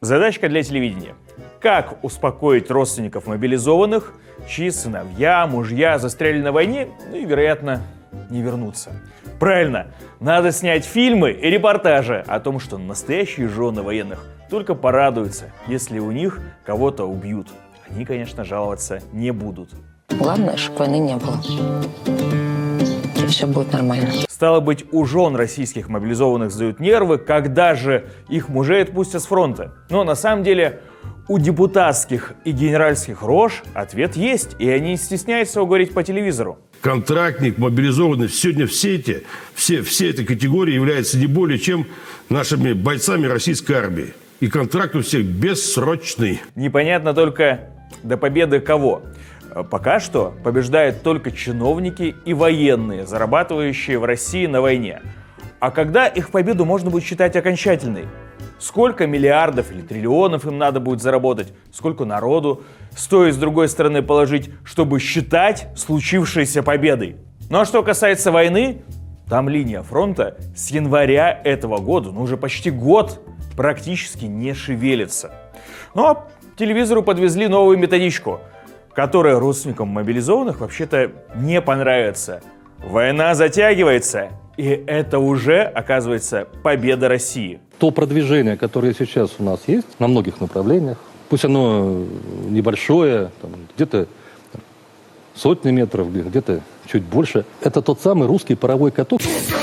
Задачка для телевидения. Как успокоить родственников мобилизованных, чьи сыновья, мужья застряли на войне, ну и, вероятно, не вернутся. Правильно, надо снять фильмы и репортажи о том, что настоящие жены военных только порадуются, если у них кого-то убьют. Они, конечно, жаловаться не будут. Главное, чтобы войны не было. И все будет нормально. Стало быть, у жен российских мобилизованных сдают нервы, когда же их мужей отпустят с фронта. Но на самом деле у депутатских и генеральских рож ответ есть, и они не стесняются его говорить по телевизору. Контрактник, мобилизованный, сегодня все эти категории являются не более чем нашими бойцами российской армии. И контракт у всех бессрочный. Непонятно только до победы кого. Пока что побеждают только чиновники и военные, зарабатывающие в России на войне. А когда их победу можно будет считать окончательной? Сколько миллиардов или триллионов им надо будет заработать? Сколько народу стоит с другой стороны положить, чтобы считать случившейся победой? Ну а что касается войны, там линия фронта с января этого года, ну уже почти год, практически не шевелится. Ну а по телевизору подвезли новую методичку, которая родственникам мобилизованных вообще-то не понравится. Война затягивается, и это уже, оказывается, победа России. То продвижение, которое сейчас у нас есть на многих направлениях, пусть оно небольшое, где-то сотни метров, где-то чуть больше, это тот самый русский паровой каток.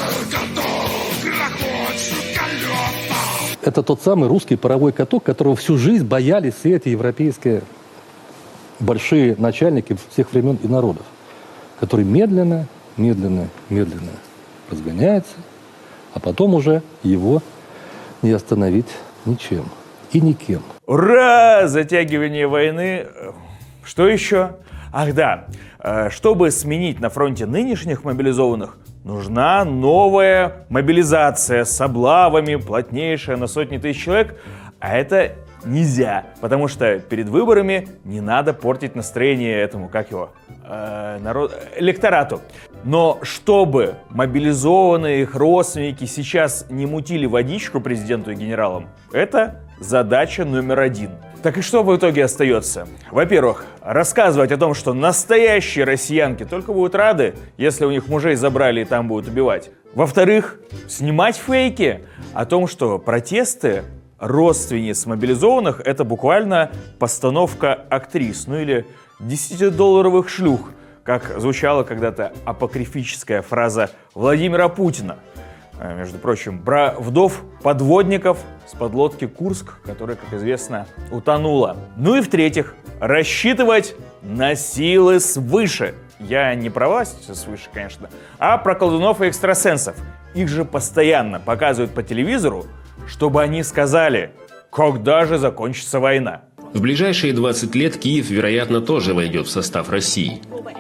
Это тот самый русский паровой каток, которого всю жизнь боялись все эти европейские большие начальники всех времен и народов, который медленно разгоняется, а потом уже его не остановить ничем и никем. Ура! Затягивание войны. Что еще? Ах да, чтобы сменить на фронте нынешних мобилизованных, нужна новая мобилизация с облавами, плотнейшая на сотни тысяч человек, а это нельзя, потому что перед выборами не надо портить настроение этому, электорату. Но чтобы мобилизованные их родственники сейчас не мутили водичку президенту и генералам, это задача номер один. Так и что в итоге остается? Во-первых, рассказывать о том, что настоящие россиянки только будут рады, если у них мужей забрали и там будут убивать. Во-вторых, снимать фейки о том, что протесты родственниц мобилизованных — это буквально постановка актрис, ну или 10-долларовых шлюх, как звучала когда-то апокрифическая фраза Владимира Путина. Между прочим, про вдов подводников с подлодки «Курск», которая, как известно, утонула. Ну и в-третьих, рассчитывать на силы свыше. Я не про власть свыше, конечно, а про колдунов и экстрасенсов. Их же постоянно показывают по телевизору, чтобы они сказали, когда же закончится война. В ближайшие 20 лет Киев, вероятно, тоже войдет в состав России.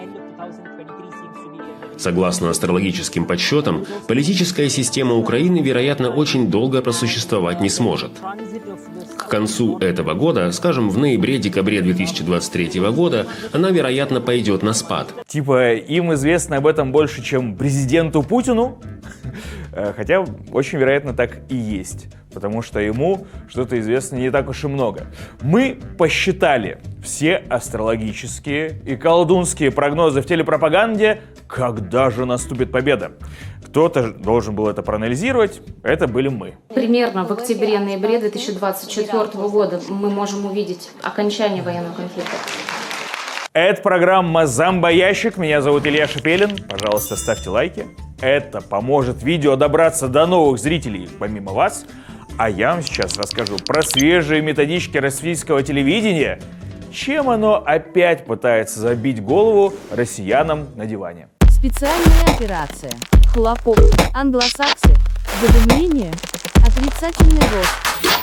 Согласно астрологическим подсчетам, политическая система Украины, вероятно, очень долго просуществовать не сможет. К концу этого года, скажем, в ноябре-декабре 2023 года, она, вероятно, пойдет на спад. Типа им известно об этом больше, чем президенту Путину? Хотя очень вероятно так и есть, потому что ему что-то известно не так уж и много. Мы посчитали все астрологические и колдунские прогнозы в телепропаганде, когда же наступит победа. Кто-то должен был это проанализировать, это были мы. Примерно в октябре-ноябре 2024 года мы можем увидеть окончание военного конфликта. Это программа «Зомбоящик». Меня зовут Илья Шепелин. Пожалуйста, ставьте лайки. Это поможет видео добраться до новых зрителей помимо вас. А я вам сейчас расскажу про свежие методички российского телевидения, чем оно опять пытается забить голову россиянам на диване. Специальная операция. Хлопок. Англосаксы. Задымление. Отрицательный рост.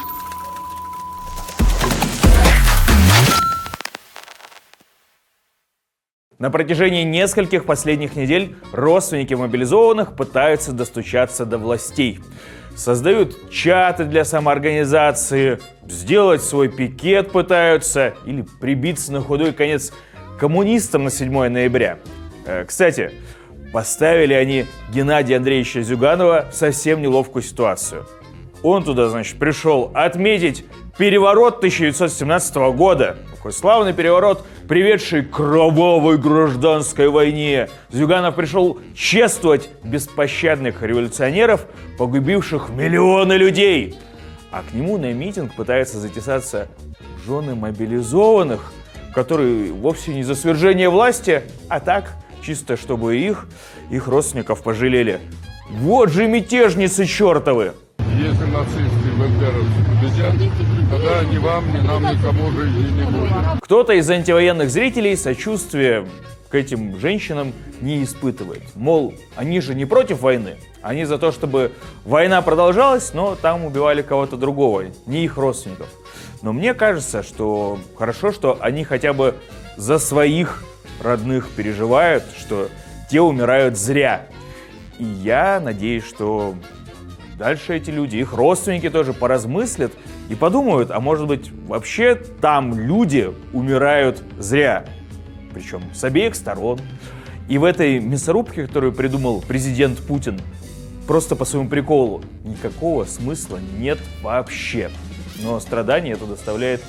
На протяжении нескольких последних недель родственники мобилизованных пытаются достучаться до властей. Создают чаты для самоорганизации, сделать свой пикет пытаются или прибиться на худой конец коммунистам на 7 ноября. Кстати, поставили они Геннадия Андреевича Зюганова в совсем неловкую ситуацию. Он туда, значит, пришел отметить переворот 1917 года. Такой славный переворот, приведший к кровавой гражданской войне. Зюганов пришел чествовать беспощадных революционеров, погубивших миллионы людей. А к нему на митинг пытаются затесаться жены мобилизованных, которые вовсе не за свержение власти, а так, чисто чтобы их родственников пожалели. Вот же мятежницы чертовы! Если нацисты БНДРовцы победят, тогда ни вам, ни нам, никому жизни не будет. Кто-то из антивоенных зрителей сочувствия к этим женщинам не испытывает. Мол, они же не против войны, они за то, чтобы война продолжалась, но там убивали кого-то другого, не их родственников. Но мне кажется, что хорошо, что они хотя бы за своих родных переживают, что те умирают зря. И я надеюсь, что дальше эти люди, их родственники тоже поразмыслят и подумают, а может быть вообще там люди умирают зря. Причем с обеих сторон. И в этой мясорубке, которую придумал президент Путин, просто по своему приколу, никакого смысла нет вообще. Но страдания это доставляет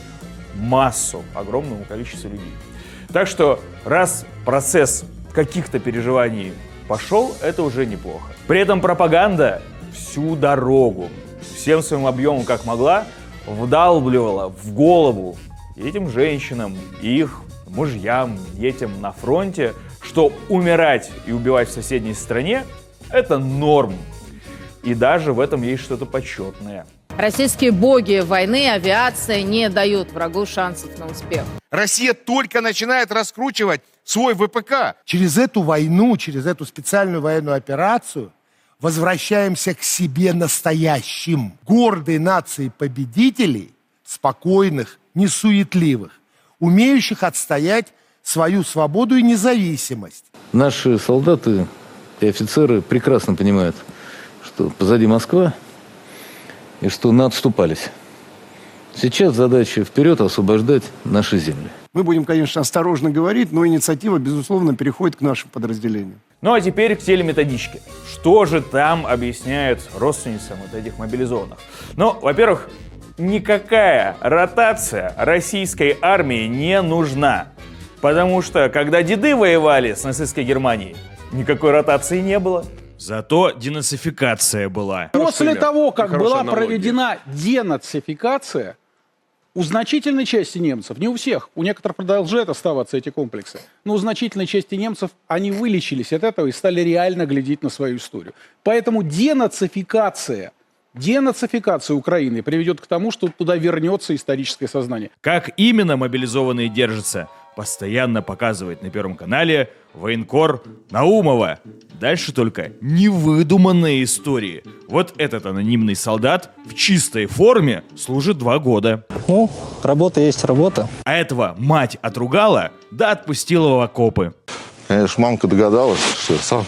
массу, огромному количеству людей. Так что, раз процесс каких-то переживаний пошел, это уже неплохо. При этом пропаганда всю дорогу, всем своим объемом, как могла, вдалбливала в голову этим женщинам, их мужьям, детям на фронте, что умирать и убивать в соседней стране – это норм. И даже в этом есть что-то почетное. Российские боги войны, авиация не дают врагу шансов на успех. Россия только начинает раскручивать свой ВПК. Через эту войну, через эту специальную военную операцию возвращаемся к себе настоящим. Гордой нацией победителей, спокойных, несуетливых, умеющих отстоять свою свободу и независимость. Наши солдаты и офицеры прекрасно понимают, что позади Москва и что мы отступались. Сейчас задача вперед освобождать наши земли. Мы будем, конечно, осторожно говорить, но инициатива, безусловно, переходит к нашим подразделениям. Ну а теперь к телеметодичке. Что же там объясняют родственницам вот этих мобилизованных? Ну, во-первых, никакая ротация российской армии не нужна. Потому что, когда деды воевали с нацистской Германией, никакой ротации не было. Зато денацификация была. После того, как была проведена денацификация, у значительной части немцев, не у всех, у некоторых продолжают оставаться эти комплексы, но у значительной части немцев они вылечились от этого и стали реально глядеть на свою историю. Поэтому денацификация Украины приведет к тому, что туда вернется историческое сознание. Как именно мобилизованные держатся, постоянно показывает на Первом канале военкор Наумова. Дальше только невыдуманные истории. Вот этот анонимный солдат в чистой форме служит 2 года. Ну, работа есть работа. А этого мать отругала, да отпустила в окопы. Конечно, мамка догадалась, что я сам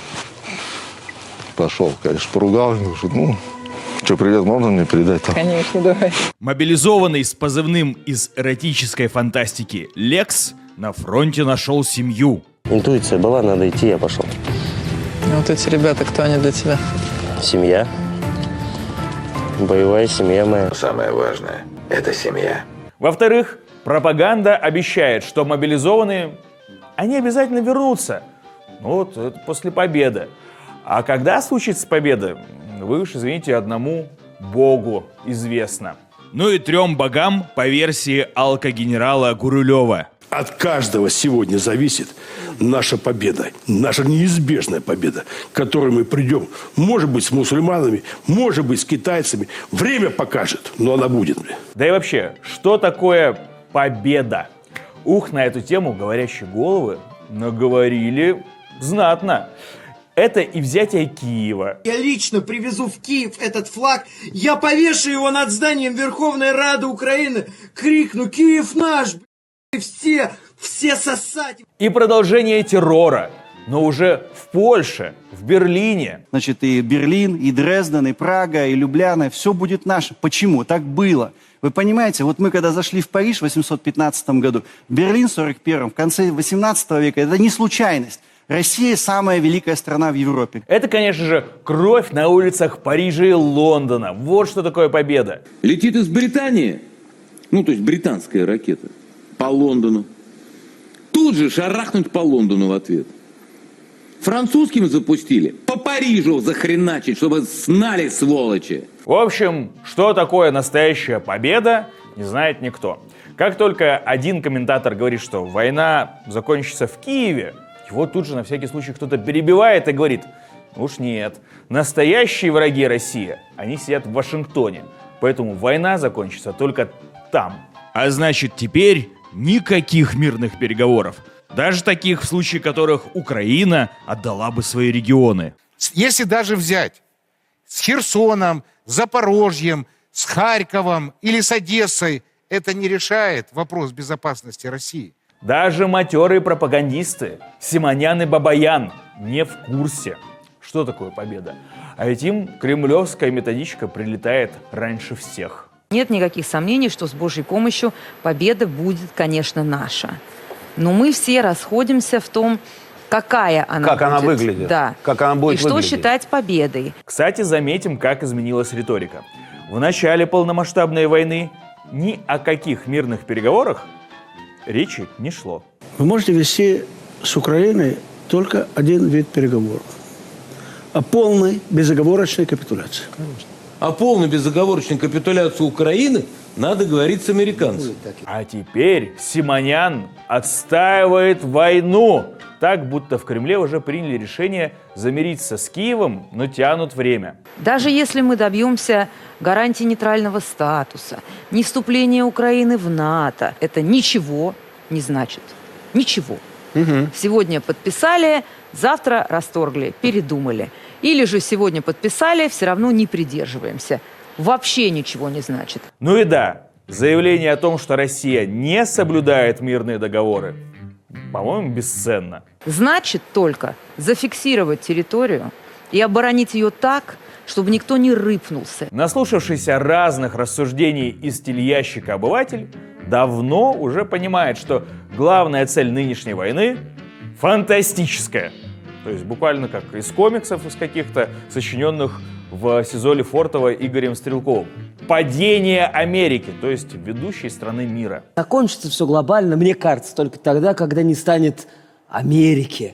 пошел, конечно, поругал. Ну, что, привет, можно мне передать там? Конечно, давай. Мобилизованный с позывным из эротической фантастики Лекс на фронте нашел семью. Интуиция была, надо идти, я пошел. Вот эти ребята, кто они для тебя? Семья. Боевая семья моя. Самое важное – это семья. Во-вторых, пропаганда обещает, что мобилизованные, они обязательно вернутся. Ну вот, это после победы. А когда случится победа, вы уж, извините, одному богу известно. Ну и 3 богам по версии алкогенерала Гурулева. От каждого сегодня зависит наша победа, наша неизбежная победа, к которой мы придем. Может быть, с мусульманами, может быть, с китайцами. Время покажет, но она будет. Да и вообще, что такое победа? Ух, на эту тему говорящие головы наговорили знатно. Это и взятие Киева. Я лично привезу в Киев этот флаг, я повешу его над зданием Верховной Рады Украины, крикну: «Киев наш, все сосать!» И продолжение террора, но уже в Польше, в Берлине. Значит, и Берлин, и Дрезден, и Прага, и Любляна, все будет наше. Почему? Так было. Вы понимаете, вот мы когда зашли в Париж в 815 году, в Берлин в 41-м, в конце 18 века, это не случайность. Россия самая великая страна в Европе. Это, конечно же, кровь на улицах Парижа и Лондона. Вот что такое победа. Летит из Британии, то есть британская ракета, по Лондону. Тут же шарахнуть по Лондону в ответ. Французским запустили, по Парижу захреначить, чтобы знали, сволочи. В общем, что такое настоящая победа, не знает никто. Как только один комментатор говорит, что война закончится в Киеве, его тут же на всякий случай кто-то перебивает и говорит: уж нет, настоящие враги России, они сидят в Вашингтоне, поэтому война закончится только там. А значит, теперь никаких мирных переговоров. Даже таких, в случае которых Украина отдала бы свои регионы. Если даже взять с Херсоном, с Запорожьем, с Харьковом или с Одессой, это не решает вопрос безопасности России. Даже матерые пропагандисты Симонян и Бабаян не в курсе, что такое победа. А ведь им кремлевская методичка прилетает раньше всех. Нет никаких сомнений, что с Божьей помощью победа будет, конечно, наша. Но мы все расходимся в том, какая она будет. Как она выглядит. Да. Как она будет и что выглядеть. считать победой. Кстати, заметим, как изменилась риторика. В начале полномасштабной войны ни о каких мирных переговорах речи не шло. Вы можете вести с Украиной только один вид переговоров. О полной безоговорочной капитуляции. О полной безоговорочной капитуляции Украины надо говорить с американцами. А теперь Симонян отстаивает войну. Так, будто в Кремле уже приняли решение замириться с Киевом, но тянут время. Даже если мы добьемся гарантии нейтрального статуса, не вступления Украины в НАТО, это ничего не значит. Ничего. Сегодня подписали, завтра расторгли, передумали. Или же сегодня подписали, все равно не придерживаемся. Вообще ничего не значит. Ну и да, заявление о том, что Россия не соблюдает мирные договоры, по-моему, бесценно. Значит только зафиксировать территорию и оборонить ее так, чтобы никто не рыпнулся. Наслушавшийся разных рассуждений из телеящика обыватель давно уже понимает, что главная цель нынешней войны – фантастическая. То есть буквально как из комиксов, из каких-то, сочиненных в СИЗО Лефортово Игорем Стрелковым. Падение Америки, то есть ведущей страны мира. Закончится все глобально, мне кажется, только тогда, когда не станет Америки.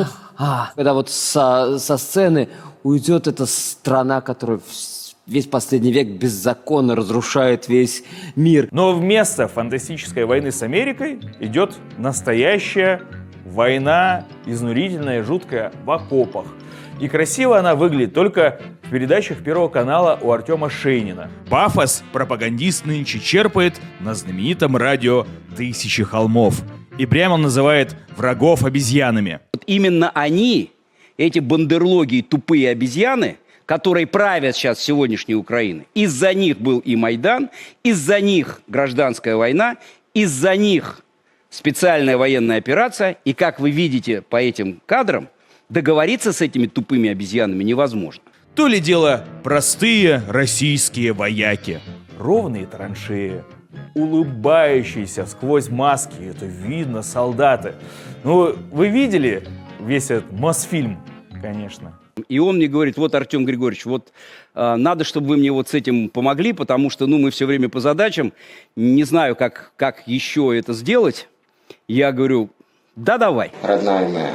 Когда вот со сцены уйдет эта страна, которая весь последний век беззаконно разрушает весь мир. Но вместо фантастической войны с Америкой идет настоящая война, изнурительная, жуткая, в окопах. И красиво она выглядит только в передачах Первого канала у Артема Шейнина. Пафос пропагандист нынче черпает на знаменитом радио «Тысячи холмов». И прямо называет врагов обезьянами. Вот именно они, эти бандерлоги и тупые обезьяны, которые правят сейчас сегодняшней Украиной, из-за них был и Майдан, из-за них гражданская война, из-за них специальная военная операция. И, как вы видите по этим кадрам, договориться с этими тупыми обезьянами невозможно. То ли дело простые российские вояки. Ровные траншеи, улыбающиеся сквозь маски, это видно, солдаты. Ну, вы видели весь этот Мосфильм, конечно. И он мне говорит: вот, Артем Григорьевич, вот надо, чтобы вы мне вот с этим помогли, потому что, мы все время по задачам, не знаю, как еще это сделать. Я говорю: да давай. Родная моя,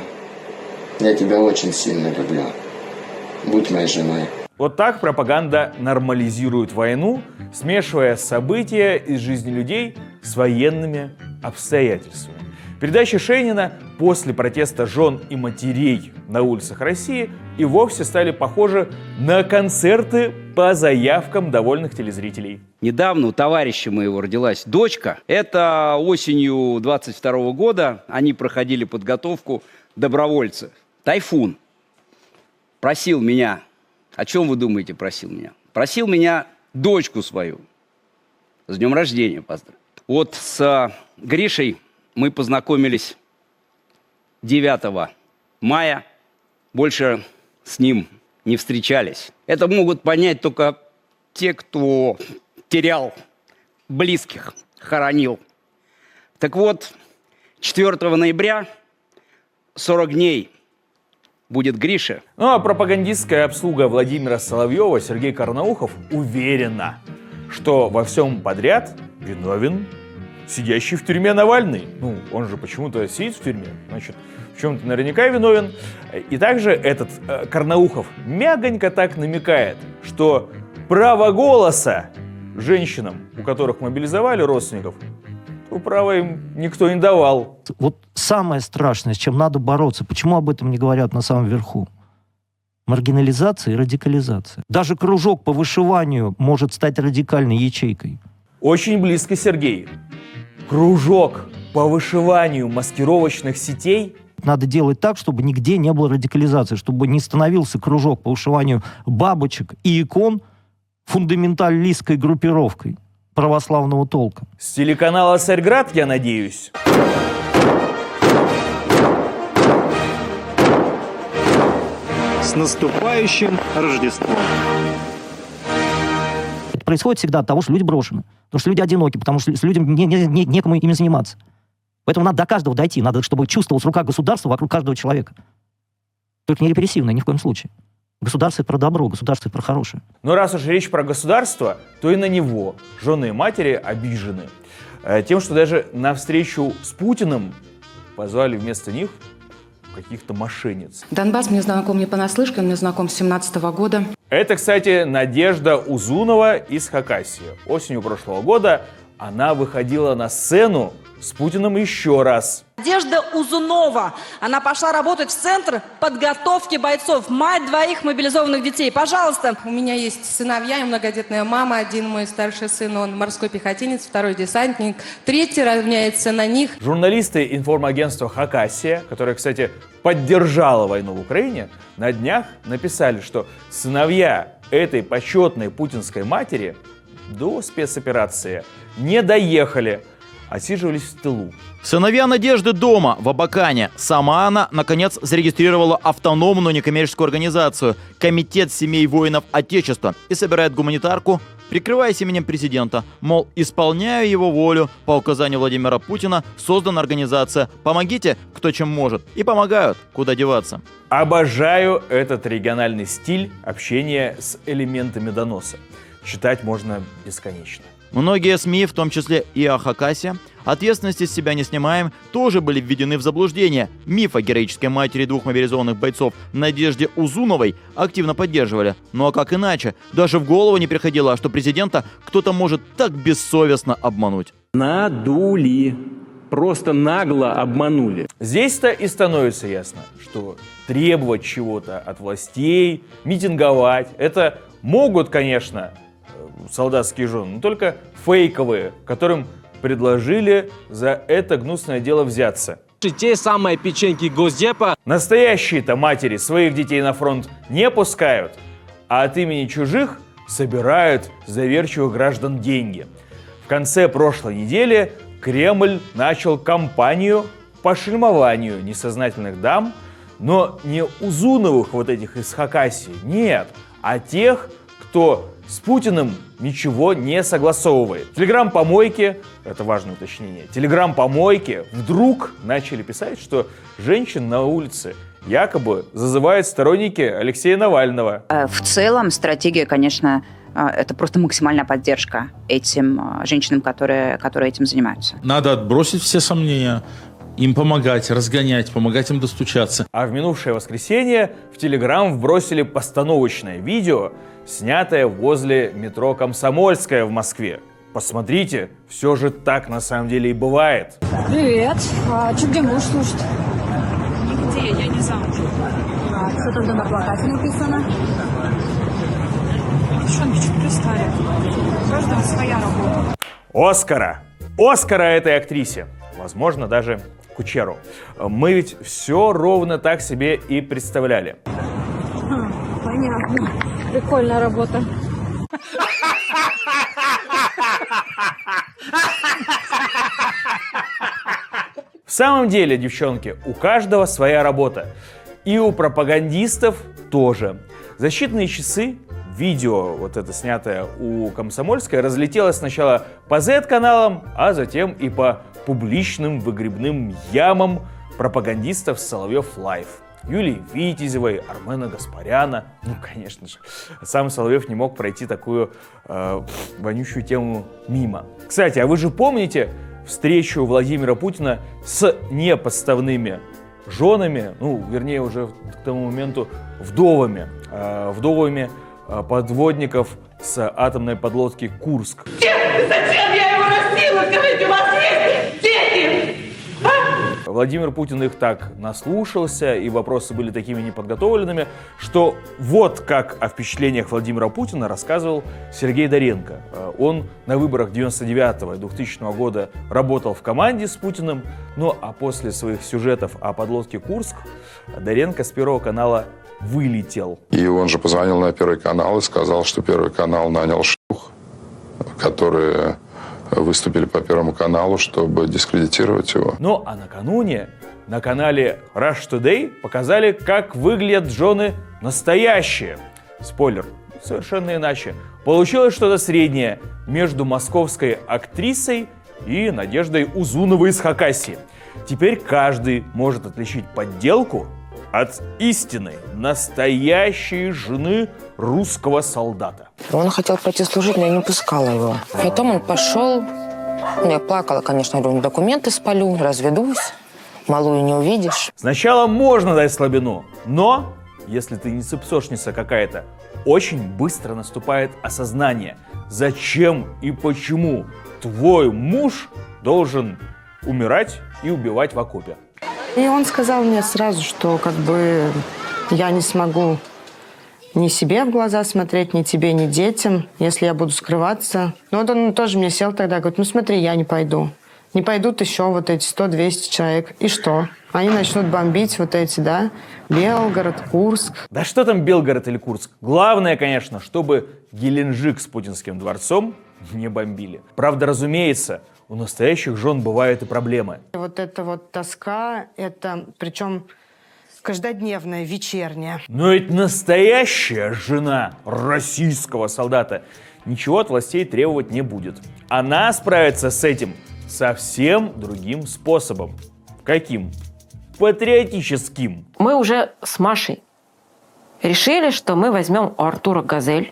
я тебя очень сильно люблю. Будь моей женой. Вот так пропаганда нормализирует войну, смешивая события из жизни людей с военными обстоятельствами. Передачи Шейнина после протеста жен и матерей на улицах России и вовсе стали похожи на концерты по заявкам довольных телезрителей. Недавно у товарища моего родилась дочка. Это осенью 22 года. Они проходили подготовку добровольцы. Тайфун просил меня, о чем вы думаете просил меня? Просил меня дочку свою с днем рождения поздравить. Вот с Гришей мы познакомились 9 мая. Больше с ним не встречались. Это могут понять только те, кто терял близких, хоронил. Так вот, 4 ноября, 40 дней будет Гриша. Ну а пропагандистская обслуга Владимира Соловьева Сергей Карнаухов уверена, что во всем подряд виновен сидящий в тюрьме Навальный. Ну, он же почему-то сидит в тюрьме, значит, в чем-то наверняка виновен. И также этот Карнаухов мягонько так намекает, что право голоса женщинам, у которых мобилизовали родственников, то право им никто не давал. Вот самое страшное, с чем надо бороться, почему об этом не говорят на самом верху? Маргинализация и радикализация. Даже кружок по вышиванию может стать радикальной ячейкой. Очень близко, Сергей. Кружок по вышиванию маскировочных сетей. Надо делать так, чтобы нигде не было радикализации, чтобы не становился кружок по вышиванию бабочек и икон фундаменталистской группировкой православного толка. С телеканала «Царьград», я надеюсь. С наступающим Рождеством! Это происходит всегда от того, что люди брошены. Потому что люди одиноки, потому что людям некому ими заниматься. Поэтому надо до каждого дойти. Надо, чтобы чувствовалась рука государства вокруг каждого человека. Только не репрессивная, ни в коем случае. Государство — это про добро, государство — это про хорошее. Но раз уж речь про государство, то и на него жены и матери обижены. Тем, что даже на встречу с Путиным позвали вместо них каких-то мошенниц. Донбасс мне знаком не понаслышке, он мне знаком с 17-го года. Это, кстати, Надежда Узунова из Хакасии. Осенью прошлого года она выходила на сцену с Путиным еще раз. Надежда Узунова. Она пошла работать в Центр подготовки бойцов. Мать двоих мобилизованных детей. Пожалуйста. У меня есть сыновья и многодетная мама. Один мой старший сын, он морской пехотинец, второй десантник. Третий равняется на них. Журналисты информагентства «Хакасия», которое, кстати, поддержало войну в Украине, на днях написали, что сыновья этой почетной путинской матери до спецоперации не доехали, отсиживались в тылу. Сыновья Надежды дома, в Абакане. Сама она, наконец, зарегистрировала автономную некоммерческую организацию «Комитет семей воинов Отечества» и собирает гуманитарку, прикрываясь именем президента. Мол, исполняю его волю, по указанию Владимира Путина создана организация «Помогите, кто чем может». И помогают, куда деваться. Обожаю этот региональный стиль общения с элементами доноса. Читать можно бесконечно. Многие СМИ, в том числе и о Хакасии, ответственности с себя не снимаем, тоже были введены в заблуждение. Миф о героической матери двух мобилизованных бойцов Надежде Узуновой активно поддерживали. Ну а как иначе? Даже в голову не приходило, что президента кто-то может так бессовестно обмануть. Надули. Просто нагло обманули. Здесь-то и становится ясно, что требовать чего-то от властей, митинговать, это могут, конечно, солдатские жены, но только фейковые, которым предложили за это гнусное дело взяться. Те самые печеньки Госдепа. Настоящие-то матери своих детей на фронт не пускают, а от имени чужих собирают с доверчивых граждан деньги. В конце прошлой недели Кремль начал кампанию по шельмованию несознательных дам, но не Узуновых вот этих из Хакасии, нет, а тех, кто с Путиным ничего не согласовывает. Телеграм-помойки, это важное уточнение, телеграм-помойки вдруг начали писать, что женщин на улице якобы зазывают сторонники Алексея Навального. В целом стратегия, конечно, это просто максимальная поддержка этим женщинам, которые этим занимаются. Надо отбросить все сомнения, им помогать, разгонять, помогать им достучаться. А в минувшее воскресенье в Телеграм вбросили постановочное видео, снятое возле метро «Комсомольская» в Москве. Посмотрите, все же так на самом деле и бывает. Привет. А что, где муж служит? Нигде, я не замужем. А что тогда на плакате написано? Девчонки чуть пристали. У каждого своя работа. Оскара этой актрисе. Возможно, даже Кучеру. Мы ведь все ровно так себе и представляли. Понятно. Прикольная работа. В самом деле, девчонки, у каждого своя работа. И у пропагандистов тоже. Защитные часы, видео, вот это снятое у Комсомольской, разлетелось сначала по Z-каналам, а затем и по публичным выгребным ямам пропагандистов Соловьев Лайв. Юлии Витязевой, Армена Гаспаряна. Ну, конечно же, сам Соловьев не мог пройти такую вонючую тему мимо. Кстати, а вы же помните встречу Владимира Путина с неподставными женами, ну, вернее, уже к тому моменту вдовами подводников с атомной подлодки «Курск». Зачем я его растила? Скажите, у вас есть дети? Владимир Путин их так наслушался, и вопросы были такими неподготовленными, что вот как о впечатлениях Владимира Путина рассказывал Сергей Доренко. Он на выборах 99-го и 2000 года работал в команде с Путиным, ну а после своих сюжетов о подлодке «Курск» Доренко с Первого канала вылетел. И он же позвонил на Первый канал и сказал, что Первый канал нанял шлюх, которые выступили по Первому каналу, чтобы дискредитировать его. Ну а накануне на канале Rush Today показали, как выглядят жены настоящие. Спойлер, совершенно иначе. Получилось что-то среднее между московской актрисой и Надеждой Узуновой из Хакасии. Теперь каждый может отличить подделку от истинной, настоящей жены русского солдата. Он хотел пойти служить, но я не пускала его. Потом он пошел. Я плакала, конечно, говорю, документы спалю, разведусь. Малую не увидишь. Сначала можно дать слабину, но если ты не цепсошница какая-то, очень быстро наступает осознание, зачем и почему твой муж должен умирать и убивать в окопе. И он сказал мне сразу, что как бы я не смогу ни себе в глаза смотреть, ни тебе, ни детям, если я буду скрываться. Ну вот он тоже мне сел тогда, говорит, ну смотри, я не пойду. Не пойдут еще вот эти 100-200 человек. И что? Они начнут бомбить вот эти, да? Белгород, Курск. Да что там Белгород или Курск? Главное, конечно, чтобы Геленджик с Путинским дворцом не бомбили. Правда, разумеется, у настоящих жен бывают и проблемы. Вот эта вот тоска, это причем каждодневная, вечерняя. Но ведь настоящая жена российского солдата ничего от властей требовать не будет. Она справится с этим совсем другим способом. Каким? Патриотическим. Мы уже с Машей решили, что мы возьмем у Артура «Газель»,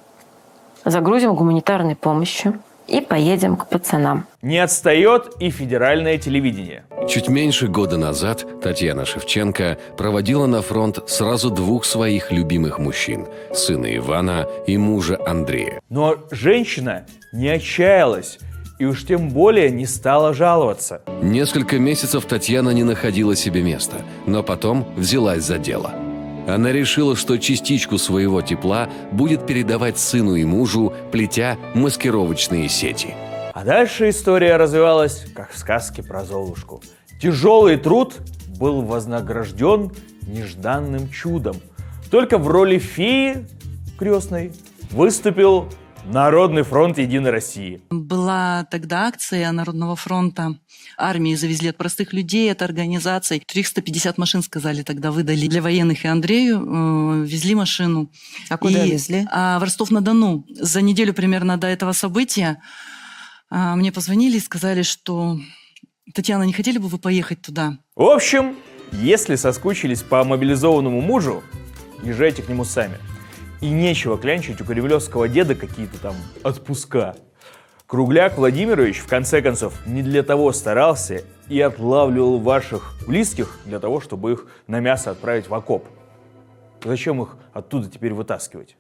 загрузим гуманитарной помощью и поедем к пацанам. Не отстает и федеральное телевидение. Чуть меньше года назад Татьяна Шевченко проводила на фронт сразу двух своих любимых мужчин – сына Ивана и мужа Андрея. Но женщина не отчаялась и уж тем более не стала жаловаться. Несколько месяцев Татьяна не находила себе места, но потом взялась за дело. Она решила, что частичку своего тепла будет передавать сыну и мужу, плетя маскировочные сети. А дальше история развивалась, как в сказке про Золушку. Тяжелый труд был вознагражден нежданным чудом. Только в роли феи крестной выступил Народный фронт Единой России. Была тогда акция Народного фронта. Армии завезли от простых людей, от организаций. 350 машин, сказали, тогда выдали для военных и Андрею. Везли машину. А куда везли? В Ростов-на-Дону. За неделю примерно до этого события мне позвонили и сказали, что Татьяна, не хотели бы вы поехать туда? В общем, если соскучились по мобилизованному мужу, езжайте к нему сами. И нечего клянчить у кремлевского деда какие-то там отпуска. Кругляк Владимирович, в конце концов, не для того старался и отлавливал ваших близких для того, чтобы их на мясо отправить в окоп. Зачем их оттуда теперь вытаскивать?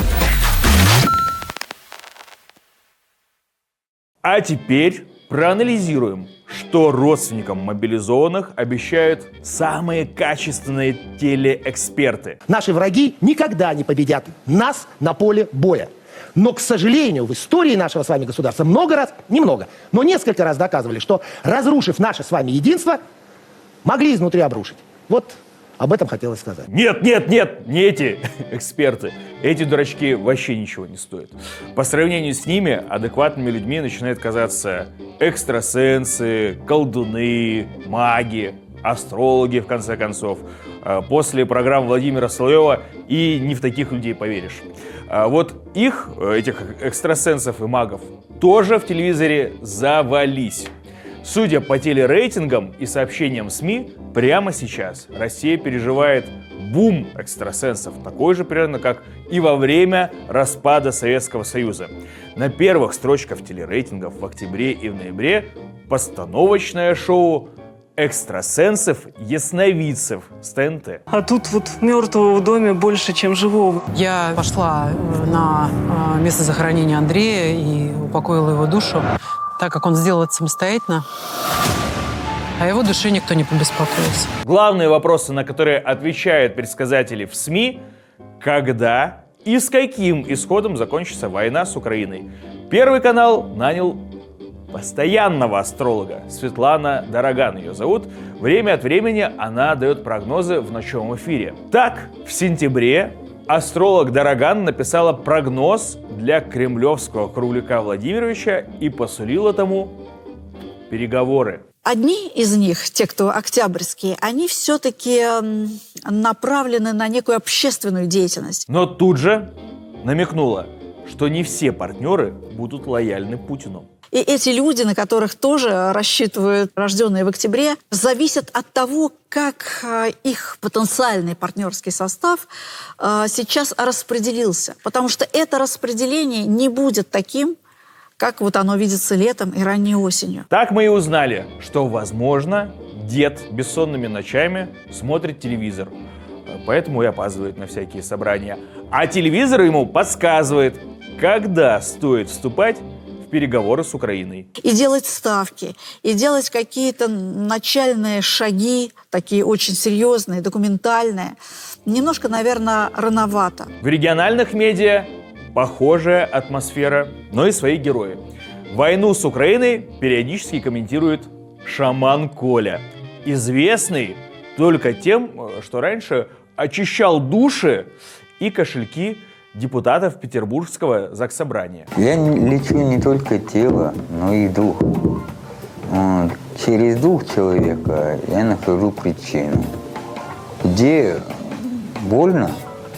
А теперь проанализируем, что родственникам мобилизованных обещают самые качественные телеэксперты. Наши враги никогда не победят нас на поле боя. Но, к сожалению, в истории нашего с вами государства много раз, немного, но несколько раз доказывали, что, разрушив наше с вами единство, могли изнутри обрушить. Вот об этом хотелось сказать. Нет, не эти эксперты. Эти дурачки вообще ничего не стоят. По сравнению с ними, адекватными людьми начинают казаться экстрасенсы, колдуны, маги, астрологи, в конце концов. После программы Владимира Соловьева и не в таких людей поверишь. Вот их, этих экстрасенсов и магов, тоже в телевизоре завались. Судя по телерейтингам и сообщениям СМИ, прямо сейчас Россия переживает бум экстрасенсов, такой же примерно, как и во время распада Советского Союза. На первых строчках телерейтингов в октябре и в ноябре постановочное шоу экстрасенсов-ясновидцев с ТНТ. А тут вот мертвого в доме больше, чем живого. Я пошла на место захоронения Андрея и упокоила его душу, так как он сделал это самостоятельно. О его душе никто не побеспокоился. Главные вопросы, на которые отвечают предсказатели в СМИ: когда и с каким исходом закончится война с Украиной? Первый канал нанял постоянного астролога. Светлана Дороган ее зовут. Время от времени она дает прогнозы в ночном эфире. Так, в сентябре астролог Дороган написала прогноз для кремлевского Кругляка Владимировича и посулила тому переговоры. Одни из них, те, кто октябрьские, они все-таки направлены на некую общественную деятельность. Но тут же намекнула, что не все партнеры будут лояльны Путину. И эти люди, на которых тоже рассчитывают рожденные в октябре, зависят от того, как их потенциальный партнерский состав сейчас распределился. Потому что это распределение не будет таким, как вот оно видится летом и ранней осенью. Так мы и узнали, что, возможно, дед бессонными ночами смотрит телевизор, поэтому и опаздывает на всякие собрания. А телевизор ему подсказывает, когда стоит вступать в переговоры с Украиной. И делать ставки, и делать какие-то начальные шаги, такие очень серьезные, документальные. Немножко, наверное, рановато. В региональных медиа похожая атмосфера, но и свои герои. Войну с Украиной периодически комментирует шаман Коля, известный только тем, что раньше очищал души и кошельки депутатов Петербургского заксобрания. Я лечу не только тело, но и дух. Через дух человека я нахожу причину. Где больно,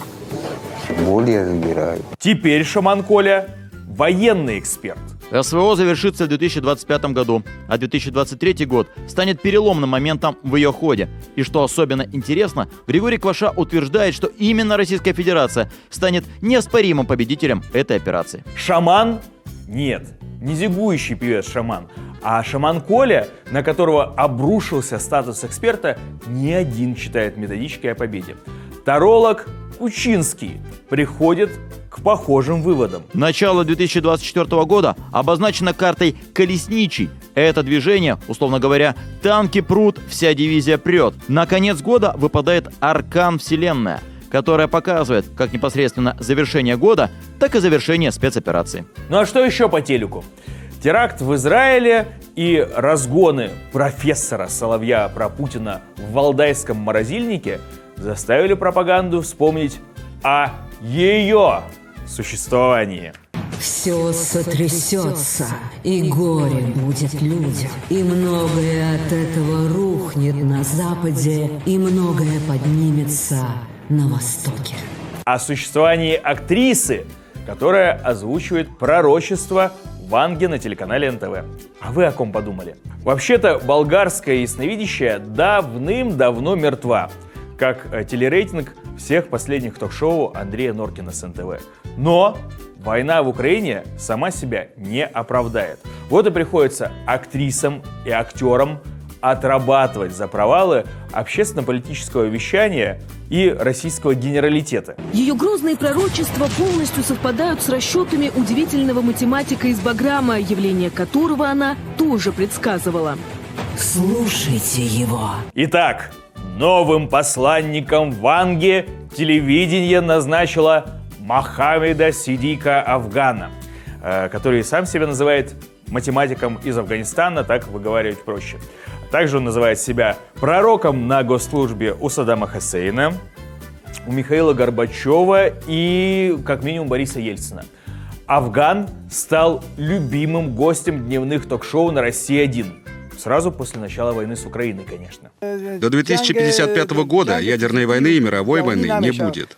боль я забираю. Теперь шаман Коля – военный эксперт. СВО завершится в 2025 году, а 2023 год станет переломным моментом в ее ходе. И что особенно интересно, Григорий Кваша утверждает, что именно Российская Федерация станет неоспоримым победителем этой операции. Шаман? Нет, не зигующий певец-шаман, а шаман Коля, на которого обрушился статус эксперта, не один читает методички о победе. Таролог Кучинский приходит к похожим выводам. Начало 2024 года обозначено картой «Колесничий». Это движение, условно говоря, танки прут, вся дивизия прет. На конец года выпадает аркан Вселенная, которая показывает как непосредственно завершение года, так и завершение спецоперации. Ну а что еще по телеку? Теракт в Израиле и разгоны профессора Соловья про Путина в Валдайском морозильнике заставили пропаганду вспомнить о ее существовании. Все сотрясется, и горе будет людям, и многое от этого рухнет на Западе, и многое поднимется на Востоке. О существовании актрисы, которая озвучивает пророчество Ванги на телеканале НТВ. А вы о ком подумали? Вообще-то болгарская ясновидящая давным-давно мертва, как телерейтинг всех последних ток-шоу Андрея Норкина с НТВ. Но война в Украине сама себя не оправдает. Вот и приходится актрисам и актерам отрабатывать за провалы общественно-политического вещания и российского генералитета. Ее грозные пророчества полностью совпадают с расчетами удивительного математика из Баграма, явление которого она тоже предсказывала. Слушайте его. Итак, новым посланником Ванги телевидение назначило Мохаммеда Сидика Афгана, который сам себя называет математиком из Афганистана, так выговаривать проще. Также он называет себя пророком на госслужбе у Саддама Хусейна, у Михаила Горбачева и, как минимум, Бориса Ельцина. Афган стал любимым гостем дневных ток-шоу на России-1. Сразу после начала войны с Украиной, конечно. До 2055 года ядерной войны и мировой войны не будет.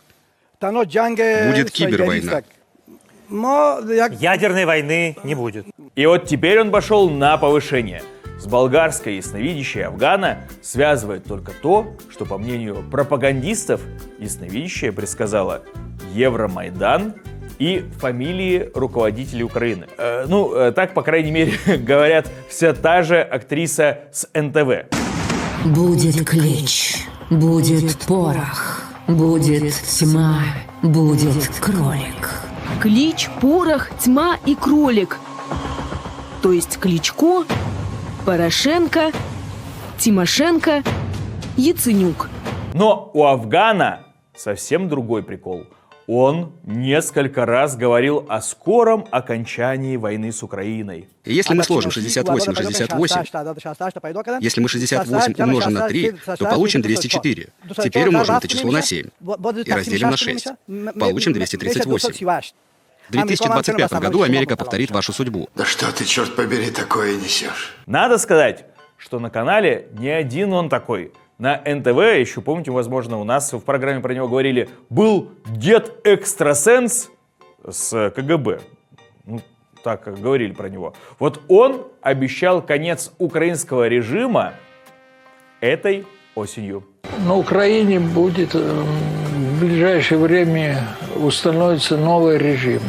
Будет кибервойна. Ядерной войны не будет. И вот теперь он пошел на повышение. с болгарской ясновидящей Афгана связывает только то, что, по мнению пропагандистов, ясновидящая предсказала Евромайдан и фамилии руководителей Украины. Так, по крайней мере, говорят вся та же актриса с НТВ. Будет клич, будет порох, будет тьма, будет кролик. Клич, порох, тьма и кролик. То есть Кличко, Порошенко, Тимошенко, Яценюк. Но у Афгана совсем другой прикол. Он несколько раз говорил о скором окончании войны с Украиной. И если мы сложим 68 на 68, если мы 68 умножим на 3, то получим 204. Теперь умножим это число на 7 и разделим на 6. Получим 238. В 2025 году Америка повторит вашу судьбу. Да что ты, черт побери, такое несешь? Надо сказать, что на канале не один он такой. На НТВ, еще помните, возможно, у нас в программе про него говорили, был дед-экстрасенс с КГБ. Так говорили про него. Вот он обещал конец украинского режима этой осенью. На Украине будет в ближайшее время установится новый режим.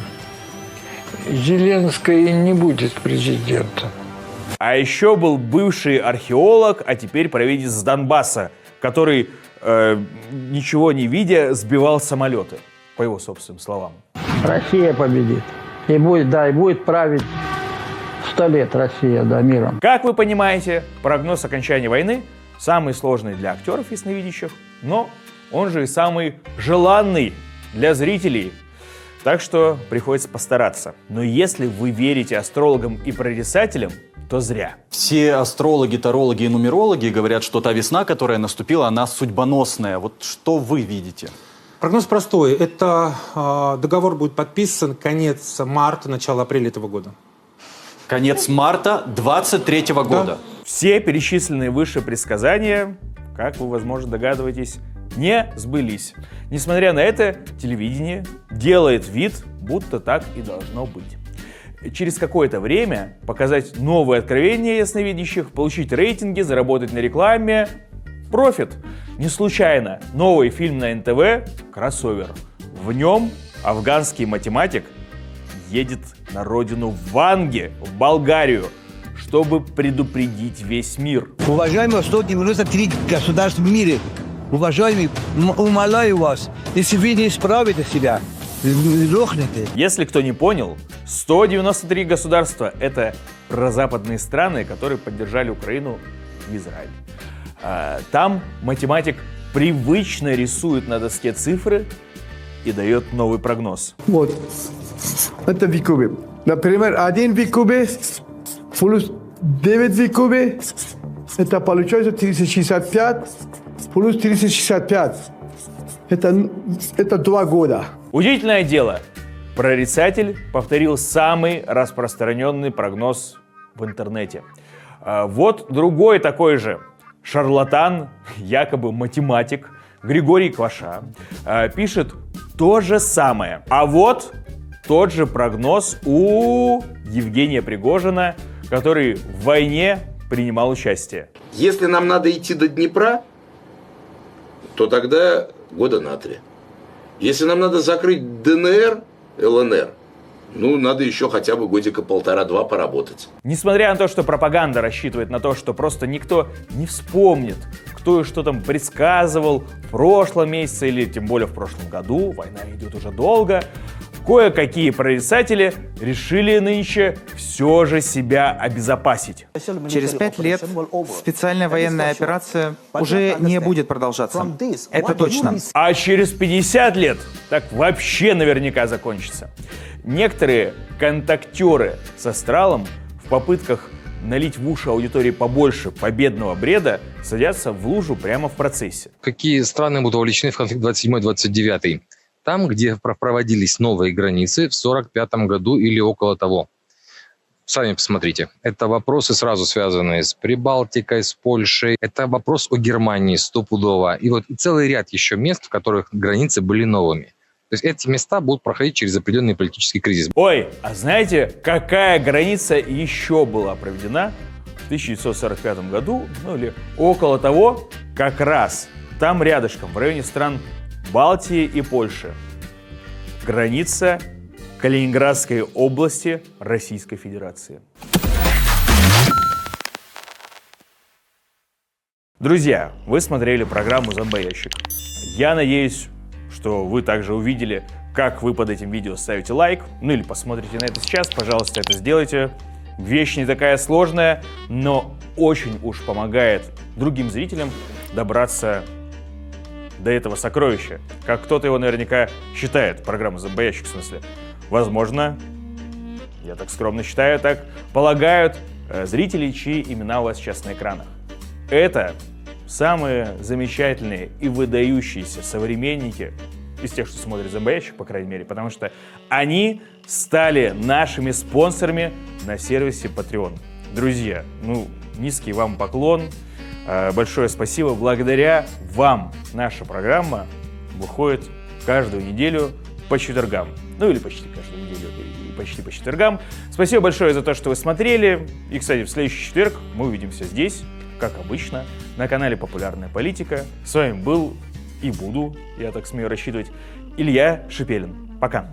Зеленский не будет президентом. А еще был бывший археолог, а теперь провидец с Донбасса, который, ничего не видя, сбивал самолеты, по его собственным словам. Россия победит. И будет править 100 лет Россия, миром. Как вы понимаете, прогноз окончания войны самый сложный для актеров ясновидящих, но он же и самый желанный для зрителей. Так что приходится постараться. Но если вы верите астрологам и прорицателям, то зря. Все астрологи, тарологи и нумерологи говорят, что та весна, которая наступила, она судьбоносная. Вот что вы видите? Прогноз простой. Это договор будет подписан конец марта, начало апреля этого года. Конец марта 23 года. Да. Все перечисленные выше предсказания, как вы, возможно, догадываетесь, не сбылись. Несмотря на это, телевидение делает вид, будто так и должно быть. Через какое-то время показать новые откровения ясновидящих, получить рейтинги, заработать на рекламе. Профит. Не случайно новый фильм на НТВ «Кроссовер». В нем афганский математик едет на родину в Ванге, в Болгарию, чтобы предупредить весь мир. Уважаемые 193 государств в мире, уважаемые, умоляю вас, если вы не исправите себя, рухнете. Если кто не понял, 193 государства – это прозападные страны, которые поддержали Украину и Израиль. Там математик привычно рисует на доске цифры и дает новый прогноз. Вот, это в кубе. Например, 1 в кубе плюс 9 в кубе, это получается 365 плюс 365. Это 2 года. Удивительное дело. Прорицатель повторил самый распространенный прогноз в интернете. Вот другой такой же шарлатан, якобы математик, Григорий Кваша, пишет то же самое. А вот тот же прогноз у Евгения Пригожина, который в войне принимал участие. Если нам надо идти до Днепра, то тогда года на 3. Если нам надо закрыть ДНР, ЛНР, надо еще хотя бы годика 1,5-2 поработать. Несмотря на то, что пропаганда рассчитывает на то, что просто никто не вспомнит, кто и что там предсказывал в прошлом месяце или тем более в прошлом году, война идет уже долго, кое-какие прорицатели решили нынче все же себя обезопасить. Через 5 лет специальная военная операция уже не будет продолжаться. Это точно. А через 50 лет так вообще наверняка закончится. Некоторые контактеры с астралом в попытках налить в уши аудитории побольше победного бреда садятся в лужу прямо в процессе. Какие страны будут вовлечены в конфликт 27-29? Там, где проводились новые границы в 1945 году или около того. Сами посмотрите. Это вопросы сразу связанные с Прибалтикой, с Польшей. Это вопрос о Германии стопудово. И целый ряд еще мест, в которых границы были новыми. То есть эти места будут проходить через определенный политический кризис. Ой, а знаете, какая граница еще была проведена в 1945 году, ну или около того, как раз там рядышком, в районе стран Балтии и Польши, граница Калининградской области Российской Федерации. Друзья, вы смотрели программу «Зомбоящик». Я надеюсь, что вы также увидели, как вы под этим видео ставите лайк, ну или посмотрите на это сейчас, пожалуйста, это сделайте. Вещь не такая сложная, но очень уж помогает другим зрителям добраться до этого сокровища. Как кто-то его наверняка считает, программа «Зомбоящик» в смысле. Возможно, я так скромно считаю, так полагают зрители, чьи имена у вас сейчас на экранах. Это самые замечательные и выдающиеся современники из тех, что смотрят «Зомбоящик», по крайней мере, потому что они стали нашими спонсорами на сервисе Patreon. Друзья, низкий вам поклон, большое спасибо. Благодаря вам наша программа выходит каждую неделю по четвергам. Ну или почти каждую неделю и почти по четвергам. Спасибо большое за то, что вы смотрели. И, кстати, в следующий четверг мы увидимся здесь, как обычно, на канале «Популярная политика». С вами был и буду, я так смею рассчитывать, Илья Шипелин. Пока.